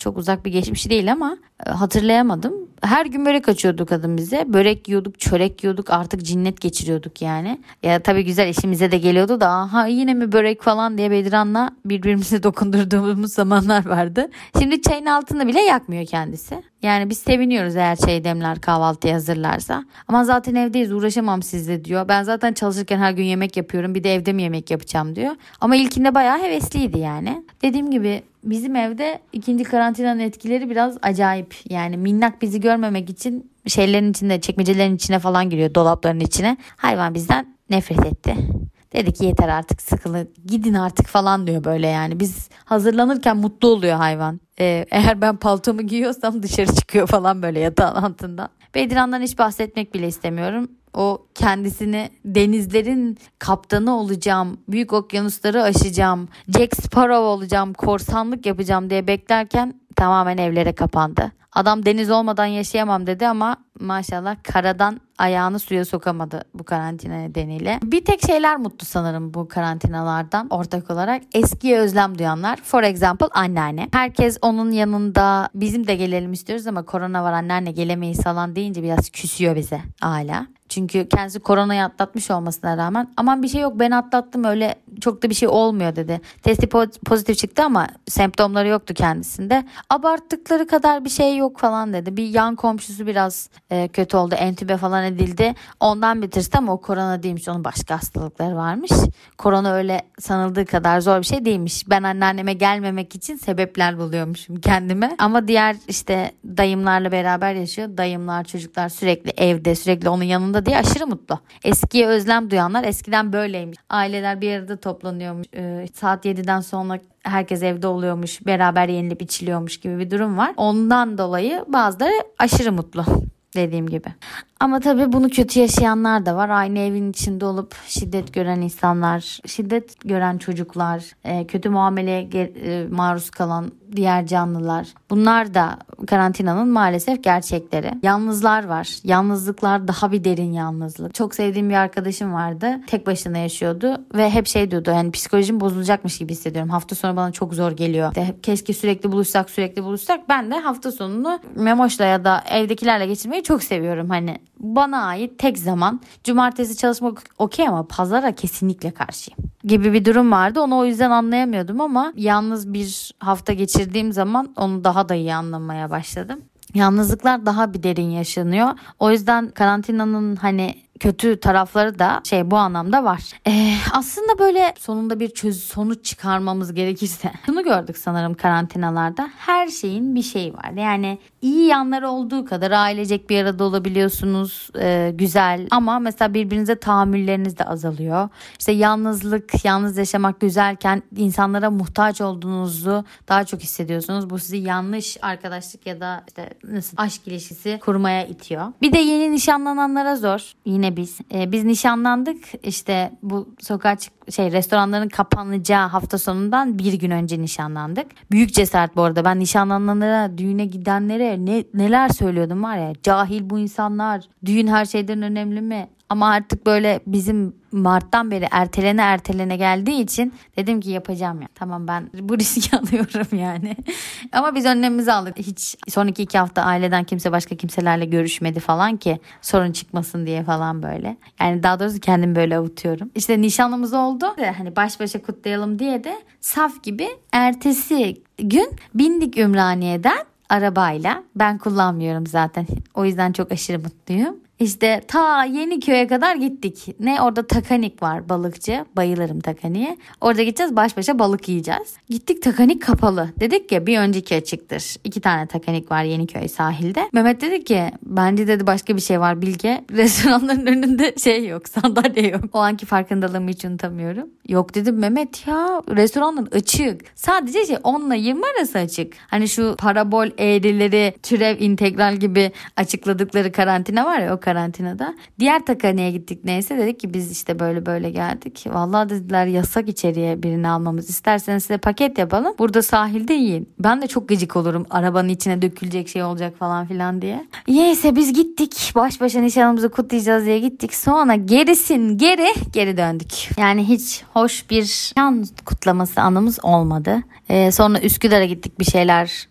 çok uzak bir geçmişi değil ama hatırlayamadım. Her gün börek açıyordu kadın bize. Börek yiyorduk, çörek yiyorduk, artık cinnet geçiriyorduk yani. Ya tabii güzel, işimize de geliyordu da aha yine mi börek falan diye Bediran'la birbirimize dokundurduğumuz zamanlar vardı. Şimdi çayın altını bile yakmıyor kendisi. Yani biz seviniyoruz eğer çay demler, kahvaltıyı hazırlarsa. Ama zaten evdeyiz, uğraşamam sizle diyor. Ben zaten çalışırken her gün yemek yapıyorum, bir de evde mi yemek yapacağım diyor. Ama ilkinde bayağı hevesliydi yani. Dediğim gibi bizim evde ikinci karantinanın etkileri biraz acayip. Yani minnak bizi görmemek için şeylerin içinde, çekmecelerin içine falan giriyor, dolapların içine. Hayvan bizden nefret etti. Dedi ki yeter artık, sıkılı, gidin artık falan diyor böyle yani. Biz hazırlanırken mutlu oluyor hayvan. Ee, eğer ben paltomu giyiyorsam dışarı çıkıyor falan böyle yatağın altından. Bediran'dan hiç bahsetmek bile istemiyorum. O kendisini denizlerin kaptanı olacağım, büyük okyanusları aşacağım, Jack Sparrow olacağım, korsanlık yapacağım diye beklerken tamamen evlere kapandı. Adam deniz olmadan yaşayamam dedi ama maşallah karadan ayağını suya sokamadı bu karantina nedeniyle. Bir tek şeyler mutlu sanırım bu karantinalardan ortak olarak. Eskiye özlem duyanlar. For example anneanne. Herkes onun yanında, bizim de gelelim istiyoruz ama korona var anneanne gelemeyiz falan deyince biraz küsüyor bize hala. Çünkü kendisi koronayı atlatmış olmasına rağmen aman bir şey yok ben atlattım öyle çok da bir şey olmuyor dedi. Testi pozitif çıktı ama semptomları yoktu kendisinde. Abarttıkları kadar bir şey yok falan dedi. Bir yan komşusu biraz e, kötü oldu, entübe falan edildi. Ondan bitirdi ama o korona değilmiş, onun başka hastalıkları varmış. Korona öyle sanıldığı kadar zor bir şey değilmiş. Ben anneanneme gelmemek için sebepler buluyormuşum kendime. Ama diğer işte dayımlarla beraber yaşıyor. Dayımlar, çocuklar sürekli evde, sürekli onun yanında diye aşırı mutlu. Eskiye özlem duyanlar, eskiden böyleymiş. Aileler bir arada toplanıyormuş. Ee, saat yediden sonra herkes evde oluyormuş. Beraber yenilip içiliyormuş gibi bir durum var. Ondan dolayı bazıları aşırı mutlu. Dediğim gibi. Ama tabii bunu kötü yaşayanlar da var. Aynı evin içinde olup şiddet gören insanlar, şiddet gören çocuklar, kötü muameleye maruz kalan diğer canlılar. Bunlar da karantinanın maalesef gerçekleri. Yalnızlar var. Yalnızlıklar daha bir derin yalnızlık. Çok sevdiğim bir arkadaşım vardı. Tek başına yaşıyordu ve hep şey diyordu. Yani psikolojim bozulacakmış gibi hissediyorum. Hafta sonu bana çok zor geliyor. İşte keşke sürekli buluşsak, sürekli buluşsak. Ben de hafta sonunu Memoş'la ya da evdekilerle geçirmeyi çok seviyorum. Hani bana ait tek zaman. Cumartesi çalışmak okey ama pazara kesinlikle karşıyım gibi bir durum vardı. Onu o yüzden anlayamıyordum ama yalnız bir hafta geçirdiğim zaman onu daha da iyi anlamaya başladım. Yalnızlıklar daha bir derin yaşanıyor. O yüzden karantinanın hani kötü tarafları da şey bu anlamda var. Ee, aslında böyle sonunda bir çöz sonuç çıkarmamız gerekirse şunu gördük sanırım karantinalarda. Her şeyin bir şeyi var. Yani iyi yanları olduğu kadar ailecek bir arada olabiliyorsunuz. Ee, güzel ama mesela birbirinize tahammülleriniz de azalıyor. İşte yalnızlık, yalnız yaşamak güzelken insanlara muhtaç olduğunuzu daha çok hissediyorsunuz. Bu sizi yanlış arkadaşlık ya da işte nasıl aşk ilişkisi kurmaya itiyor. Bir de yeni nişanlananlara zor. Yine biz. Ee, biz nişanlandık işte bu sokağa çık şey restoranların kapanacağı hafta sonundan bir gün önce nişanlandık. Büyük cesaret bu arada. Ben nişanlananlara, düğüne gidenlere ne neler söylüyordum var ya. Cahil bu insanlar. Düğün her şeyden önemli mi? Ama artık böyle bizim Mart'tan beri ertelene ertelene geldiği için dedim ki yapacağım ya. Tamam ben bu riski alıyorum yani. Ama biz önlemimizi aldık. Hiç son iki iki hafta aileden kimse başka kimselerle görüşmedi falan ki sorun çıkmasın diye falan böyle. Yani daha doğrusu kendimi böyle avutuyorum. İşte nişanımız oldu. Hani baş başa kutlayalım diye de saf gibi ertesi gün bindik Ümraniye'den arabayla. Ben kullanmıyorum zaten. O yüzden çok aşırı mutluyum. İşte ta Yeniköy'e kadar gittik. Ne orada Takanik var, balıkçı. Bayılırım Takanik'e. Orada gideceğiz, baş başa balık yiyeceğiz. Gittik, Takanik kapalı. Dedik ya bir önceki açıktır. İki tane Takanik var Yeniköy sahilde. Mehmet dedi ki bence dedi başka bir şey var Bilge. Restoranların önünde şey yok, sandalye yok. O anki farkındalığımı hiç unutamıyorum. Yok dedim Mehmet ya, restoranlar açık. Sadece şey onla yirmi arası açık. Hani şu parabol eğrileri, türev integral gibi açıkladıkları karantina var ya, o karantinada. Diğer Takanik'e gittik neyse, dedik ki biz işte böyle böyle geldik. Vallahi dediler yasak içeriye birini almamız. İsterseniz size paket yapalım. Burada sahilde yiyin. Ben de çok gıcık olurum. Arabanın içine dökülecek şey olacak falan filan diye. Neyse biz gittik. Baş başa nişanımızı kutlayacağız diye gittik. Sonra gerisin geri geri döndük. Yani hiç hoş bir nişan kutlaması anımız olmadı. Ee, sonra Üsküdar'a gittik bir şeyler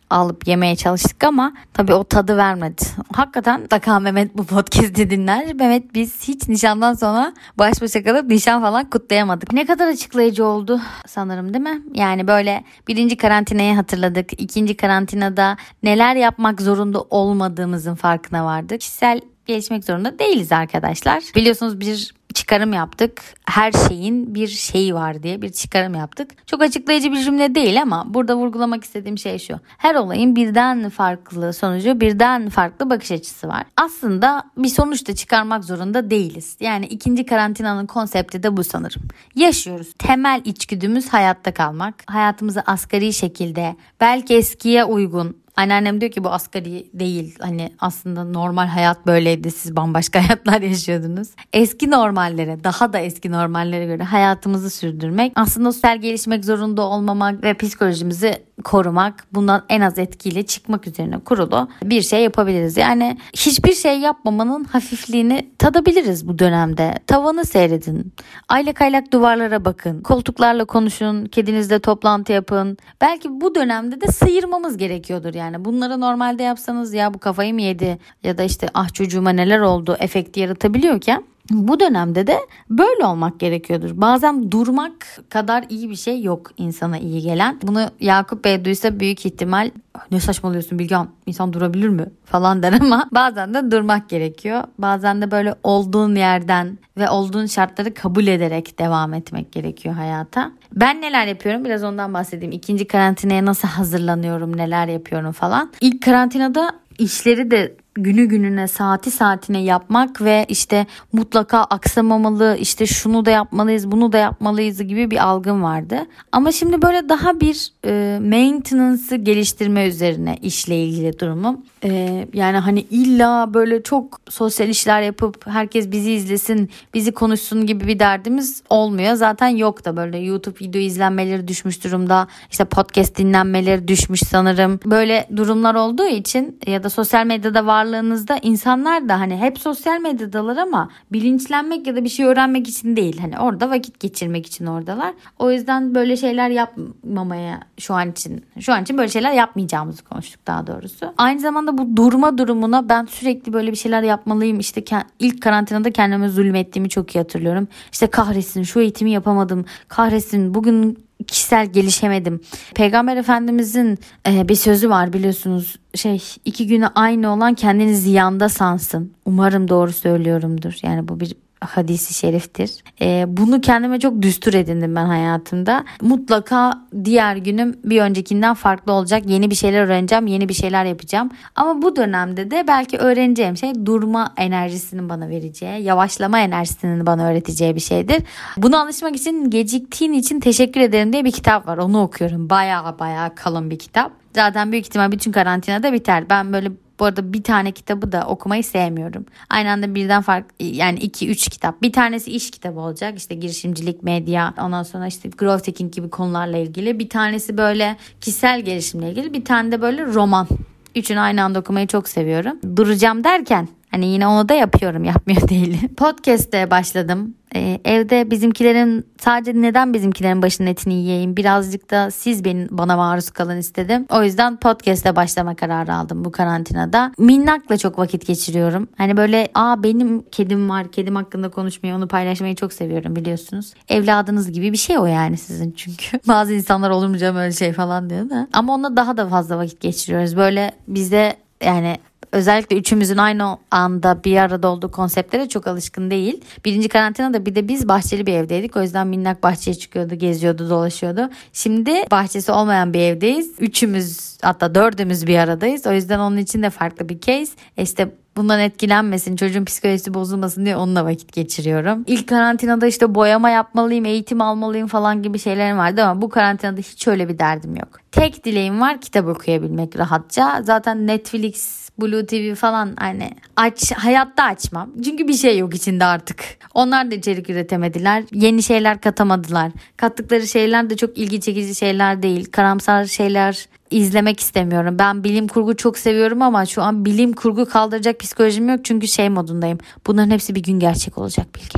alıp yemeye çalıştık ama tabii o tadı vermedi. Hakikaten mutlaka Mehmet bu podcast'i dinler. Mehmet biz hiç nişandan sonra baş başa kalıp nişan falan kutlayamadık. Ne kadar açıklayıcı oldu sanırım, değil mi? Yani böyle birinci karantinayı hatırladık. İkinci karantinada neler yapmak zorunda olmadığımızın farkına vardık. Kişisel gelişmek zorunda değiliz arkadaşlar. Biliyorsunuz bir çıkarım yaptık. Her şeyin bir şeyi var diye bir çıkarım yaptık. Çok açıklayıcı bir cümle değil ama burada vurgulamak istediğim şey şu. Her olayın birden farklı sonucu, birden farklı bakış açısı var. Aslında bir sonuç da çıkarmak zorunda değiliz. Yani ikinci karantinanın konsepti de bu sanırım. Yaşıyoruz. Temel içgüdümüz hayatta kalmak. Hayatımızı asgari şekilde, belki eskiye uygun. Anneannem diyor ki bu asgari değil. Hani aslında normal hayat böyleydi. Siz bambaşka hayatlar yaşıyordunuz. Eski normallere, daha da eski normallere göre hayatımızı sürdürmek. Aslında sosyal gelişmek zorunda olmamak ve psikolojimizi korumak. Bundan en az etkiyle çıkmak üzerine kurulu bir şey yapabiliriz. Yani hiçbir şey yapmamanın hafifliğini tadabiliriz bu dönemde. Tavanı seyredin. Aylak aylak duvarlara bakın. Koltuklarla konuşun. Kedinizle toplantı yapın. Belki bu dönemde de sıyırmamız gerekiyordur. Yani bunları normalde yapsanız ya bu kafayı mı yedi ya da işte ah çocuğuma neler oldu efekti yaratabiliyorken bu dönemde de böyle olmak gerekiyordur. Bazen durmak kadar iyi bir şey yok insana iyi gelen. Bunu Yakup Bey duysa büyük ihtimal ne saçmalıyorsun Bilgehan, insan durabilir mi falan der ama bazen de durmak gerekiyor. Bazen de böyle olduğun yerden ve olduğun şartları kabul ederek devam etmek gerekiyor hayata. Ben neler yapıyorum biraz ondan bahsedeyim. İkinci karantinaya nasıl hazırlanıyorum, neler yapıyorum falan. İlk karantinada işleri de günü gününe, saati saatine yapmak ve işte mutlaka aksamamalı, işte şunu da yapmalıyız, bunu da yapmalıyız gibi bir algım vardı. Ama şimdi böyle daha bir e, maintenance'ı geliştirme üzerine işle ilgili durumum. E, yani hani illa böyle çok sosyal işler yapıp herkes bizi izlesin, bizi konuşsun gibi bir derdimiz olmuyor. Zaten yok da böyle YouTube video izlenmeleri düşmüş durumda. İşte podcast dinlenmeleri düşmüş sanırım. Böyle durumlar olduğu için ya da sosyal medyada varlığınızda insanlar da hani hep sosyal medyadalar ama bilinçlenmek ya da bir şey öğrenmek için değil. Hani orada vakit geçirmek için oradalar. O yüzden böyle şeyler yapmamaya şu an için şu an için böyle şeyler yapmayacağımızı konuştuk daha doğrusu. Aynı zamanda bu durma durumuna ben sürekli böyle bir şeyler yapmalıyım. İşte ilk karantinada kendime zulmettiğimi çok iyi hatırlıyorum. İşte kahretsin şu eğitimi yapamadım. Kahretsin bugün kişisel gelişemedim. Peygamber Efendimizin e, bir sözü var biliyorsunuz. Şey iki günü aynı olan kendini ziyanda sansın. Umarım doğru söylüyorumdur. Yani bu bir hadisi şeriftir. Ee, bunu kendime çok düstur edindim ben hayatımda. Mutlaka diğer günüm bir öncekinden farklı olacak. Yeni bir şeyler öğreneceğim, yeni bir şeyler yapacağım. Ama bu dönemde de belki öğreneceğim şey durma enerjisinin bana vereceği, yavaşlama enerjisinin bana öğreteceği bir şeydir. Buna alışmak için geciktiğin için teşekkür ederim diye bir kitap var. Onu okuyorum. Bayağı bayağı kalın bir kitap. Zaten büyük ihtimal bütün karantinada biter. Ben böyle bu arada bir tane kitabı da okumayı sevmiyorum. Aynı anda birden farklı yani iki üç kitap. Bir tanesi iş kitabı olacak. İşte girişimcilik, medya, ondan sonra işte growth hacking gibi konularla ilgili. Bir tanesi böyle kişisel gelişimle ilgili. Bir tane de böyle roman. Üçünü aynı anda okumayı çok seviyorum. Duracağım derken hani yine onu da yapıyorum, yapmıyor değilim. Podcast'te başladım. Ee, evde bizimkilerin sadece neden bizimkilerin başının etini yiyeyim birazcık da siz benim, bana maruz kalın istedim. O yüzden podcast'e başlama kararı aldım bu karantinada. Minnak'la çok vakit geçiriyorum. Hani böyle aa benim kedim var, kedim hakkında konuşmayı, onu paylaşmayı çok seviyorum biliyorsunuz. Evladınız gibi bir şey o yani sizin çünkü. Bazı insanlar olur mu canım öyle şey falan diyor da. Ama onunla daha da fazla vakit geçiriyoruz. Böyle bize yani özellikle üçümüzün aynı anda bir arada olduğu konseptlere çok alışkın değil. Birinci karantinada bir de biz bahçeli bir evdeydik. O yüzden Minnak bahçeye çıkıyordu, geziyordu, dolaşıyordu. Şimdi bahçesi olmayan bir evdeyiz. Üçümüz hatta dördümüz bir aradayız. O yüzden onun için de farklı bir case. İşte bundan etkilenmesin, çocuğun psikolojisi bozulmasın diye onunla vakit geçiriyorum. İlk karantinada işte boyama yapmalıyım, eğitim almalıyım falan gibi şeylerim vardı ama bu karantinada hiç öyle bir derdim yok. Tek dileğim var, kitap okuyabilmek rahatça. Zaten Netflix, Blue T V falan hani aç, hayatta açmam. Çünkü bir şey yok içinde artık. Onlar da içerik üretemediler. Yeni şeyler katamadılar. Kattıkları şeyler de çok ilgi çekici şeyler değil. Karamsar şeyler izlemek istemiyorum. Ben bilim kurgu çok seviyorum ama şu an bilim kurgu kaldıracak psikolojim yok. Çünkü şey modundayım. Bunların hepsi bir gün gerçek olacak Bilge.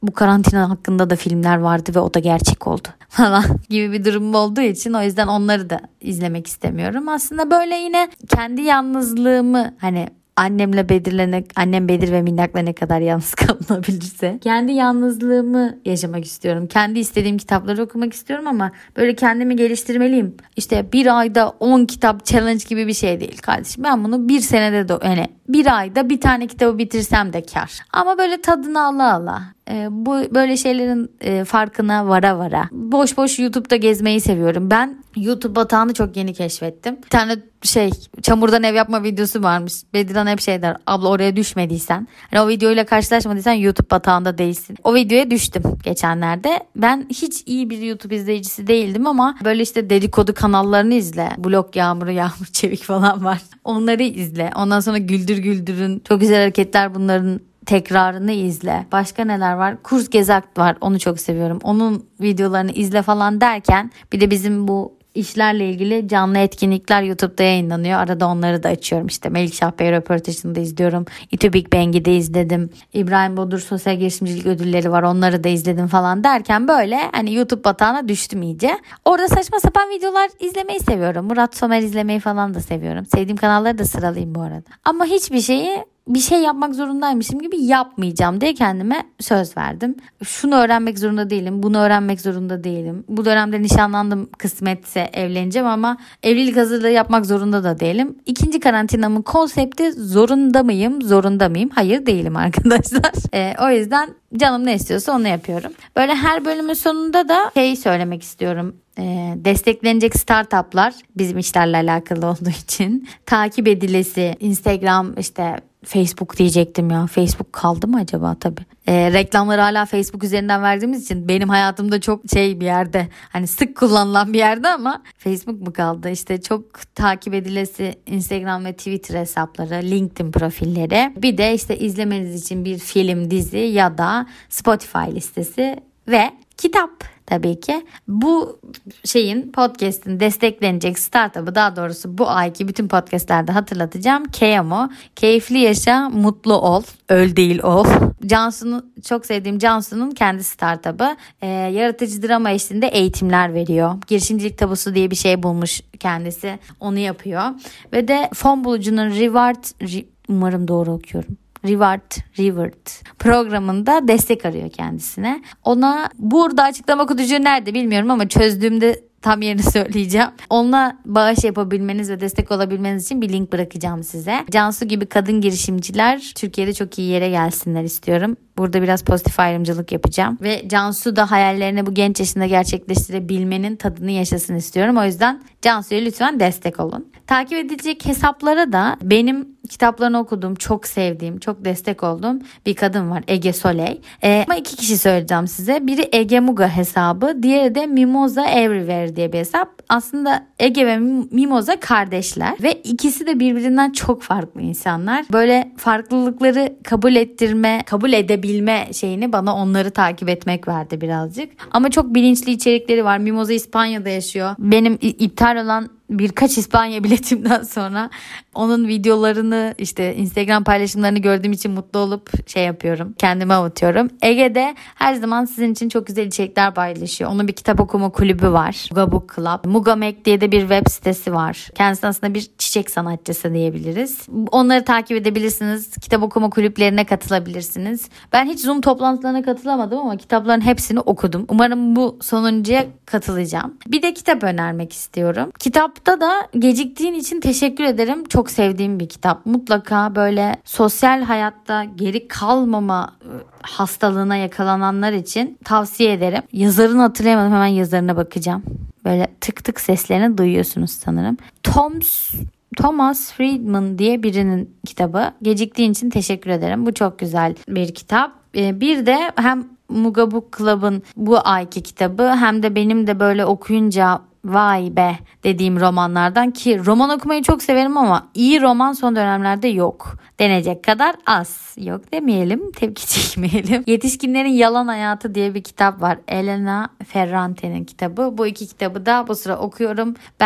bu karantina hakkında da filmler vardı ve o da gerçek oldu falan gibi bir durum olduğu için o yüzden onları da izlemek istemiyorum. Aslında böyle yine kendi yalnızlığımı, hani annemle Bedir'le, annem Bedir ve Minnak'la ne kadar yalnız kalınabilirse kendi yalnızlığımı yaşamak istiyorum. Kendi istediğim kitapları okumak istiyorum ama böyle kendimi geliştirmeliyim. İşte bir ayda on kitap challenge gibi bir şey değil kardeşim. Ben bunu bir senede de, yani bir ayda bir tane kitabı bitirsem de kar. Ama böyle tadını ala ala. E, bu böyle şeylerin e, farkına vara vara. Boş boş YouTube'da gezmeyi seviyorum. Ben YouTube batağını çok yeni keşfettim. Bir tane şey çamurdan ev yapma videosu varmış. Bedirhan hep şey der, abla oraya düşmediysen, hani o videoyla karşılaşmadıysan YouTube batağında değilsin. O videoya düştüm geçenlerde. Ben hiç iyi bir YouTube izleyicisi değildim ama böyle işte dedikodu kanallarını izle. Blok Yağmuru, Yağmur Çevik falan var. Onları izle. Ondan sonra Güldür Güldür'ün çok güzel hareketler, bunların tekrarını izle. Başka neler var? Kurs Gezak var. Onu çok seviyorum. Onun videolarını izle falan derken bir de bizim bu işlerle ilgili canlı etkinlikler YouTube'da yayınlanıyor. Arada onları da açıyorum. İşte Melikşah Bey röportajını da izliyorum. İTÜ Big Bang'i de izledim. İbrahim Bodur Sosyal Girişimcilik Ödülleri var. Onları da izledim falan derken böyle hani YouTube batağına düştüm iyice. Orada saçma sapan videolar izlemeyi seviyorum. Murat Somer izlemeyi falan da seviyorum. Sevdiğim kanalları da sıralayayım bu arada. Ama hiçbir şeyi bir şey yapmak zorundaymışım gibi yapmayacağım diye kendime söz verdim. Şunu öğrenmek zorunda değilim, bunu öğrenmek zorunda değilim. Bu dönemde nişanlandım, kısmetse evleneceğim ama evlilik hazırlığı yapmak zorunda da değilim. İkinci karantinamın konsepti zorunda mıyım, zorunda mıyım? Hayır, değilim arkadaşlar. Ee, o yüzden canım ne istiyorsa onu yapıyorum. Böyle her bölümün sonunda da şey söylemek istiyorum. Ee, desteklenecek startuplar, bizim işlerle alakalı olduğu için takip edilesi, Instagram, işte Facebook diyecektim ya. Facebook kaldı mı acaba? Tabii. Ee, reklamları hala Facebook üzerinden verdiğimiz için benim hayatımda çok şey bir yerde, hani sık kullanılan bir yerde ama Facebook mu kaldı? İşte çok takip edilesi Instagram ve Twitter hesapları, LinkedIn profilleri, bir de işte izlemeniz için bir film, dizi ya da Spotify listesi ve kitap. Tabii ki bu şeyin, podcast'in desteklenecek startup'ı, daha doğrusu bu ayki bütün podcast'lerde hatırlatacağım. Keyamo, keyifli yaşa, mutlu ol, öl değil ol. Cansu'nun, çok sevdiğim Cansu'nun kendi startup'ı. Ee, yaratıcı drama eşliğinde eğitimler veriyor. Girişimcilik tabusu diye bir şey bulmuş kendisi, onu yapıyor. Ve de fon bulucunun Reward, Re, umarım doğru okuyorum. Reward, Reward programında destek arıyor kendisine. Ona burada açıklama kutucuğu nerede bilmiyorum ama çözdüğümde tam yerini söyleyeceğim. Onunla bağış yapabilmeniz ve destek olabilmeniz için bir link bırakacağım size. Cansu gibi kadın girişimciler Türkiye'de çok iyi yere gelsinler istiyorum. Burada biraz pozitif ayrımcılık yapacağım. Ve Cansu da hayallerini bu genç yaşında gerçekleştirebilmenin tadını yaşasın istiyorum. O yüzden Cansu'ya lütfen destek olun. Takip edilecek hesaplara da benim kitaplarını okuduğum, çok sevdiğim, çok destek olduğum bir kadın var. Ege Soley. Ee, ama iki kişi söyleyeceğim size. Biri Ege Muga hesabı. Diğeri de Mimoza Everywhere diye bir hesap. Aslında Ege ve Mimoza kardeşler. Ve ikisi de birbirinden çok farklı insanlar. Böyle farklılıkları kabul ettirme, kabul edebilme şeyini bana onları takip etmek verdi birazcık. Ama çok bilinçli içerikleri var. Mimoza İspanya'da yaşıyor. Benim iptal olan birkaç İspanya biletimden sonra onun videolarını, işte Instagram paylaşımlarını gördüğüm için mutlu olup şey yapıyorum, kendime avutuyorum. Ege'de her zaman sizin için çok güzel içerikler paylaşıyor. Onun bir kitap okuma kulübü var, Muga Book Club. Mugamek diye de bir web sitesi var. Kendisi aslında bir çiçek sanatçısı diyebiliriz. Onları takip edebilirsiniz. Kitap okuma kulüplerine katılabilirsiniz. Ben hiç Zoom toplantılarına katılamadım ama kitapların hepsini okudum. Umarım bu sonuncuya katılacağım. Bir de kitap önermek istiyorum. Kitapta da geciktiğin için teşekkür ederim. Çok sevdiğim bir kitap. Mutlaka böyle sosyal hayatta geri kalmama hastalığına yakalananlar için tavsiye ederim. Yazarını hatırlayamadım. Hemen yazarına bakacağım. Böyle tık tık seslerini duyuyorsunuz sanırım. Toms Thomas Friedman diye birinin kitabı. Geciktiğin için teşekkür ederim. Bu çok güzel bir kitap. Bir de hem Muga Book Club'ın bu ayki kitabı hem de benim de böyle okuyunca vay be dediğim romanlardan, ki roman okumayı çok severim ama iyi roman son dönemlerde yok. Denecek kadar az. Yok demeyelim, tepki çekmeyelim. Yetişkinlerin Yalan Hayatı diye bir kitap var. Elena Ferrante'nin kitabı. Bu iki kitabı da bu sıra okuyorum. Ben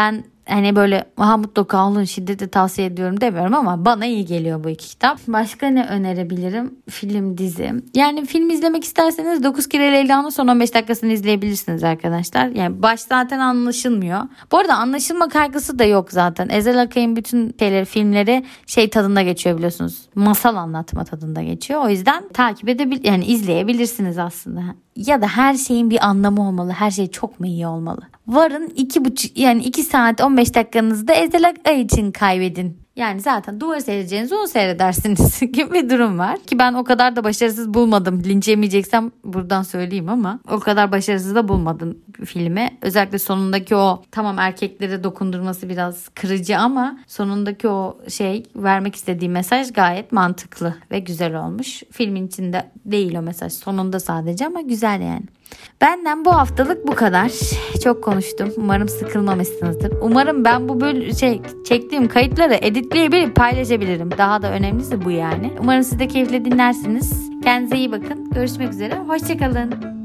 hani böyle ha mutlaka alın şiddetle tavsiye ediyorum demiyorum ama bana iyi geliyor bu iki kitap. Başka ne önerebilirim? Film, dizi. Yani film izlemek isterseniz dokuz Kere Leyla'nın son on beş dakikasını izleyebilirsiniz arkadaşlar. Yani baş zaten anlaşılmıyor. Bu arada anlaşılma kaygısı da yok zaten. Ezel Akay'ın bütün şeyleri, filmleri şey tadında geçiyor biliyorsunuz. Masal anlatma tadında geçiyor. O yüzden takip edebil yani izleyebilirsiniz aslında. Ya da her şeyin bir anlamı olmalı. Her şey çok mu iyi olmalı? Varın iki buçuk yani iki saat on beş dakikanızı da Ezel Akay için kaybedin. Yani zaten duvar seyredeceğinizi onu seyredersiniz gibi bir durum var. Ki ben o kadar da başarısız bulmadım. Linç yemeyeceksem buradan söyleyeyim ama o kadar başarısız da bulmadım filmi. Özellikle sonundaki o tamam erkeklere dokundurması biraz kırıcı ama sonundaki o şey vermek istediği mesaj gayet mantıklı ve güzel olmuş. Filmin içinde değil o mesaj. Sonunda sadece ama güzel yani. Benden bu haftalık bu kadar. Çok konuştum. Umarım sıkılmamışsınızdır. Umarım ben bu böyle şey çektiğim kayıtları editleyebilip paylaşabilirim. Daha da önemlisi bu yani. Umarım siz de keyifle dinlersiniz. Kendinize iyi bakın. Görüşmek üzere. Hoşçakalın.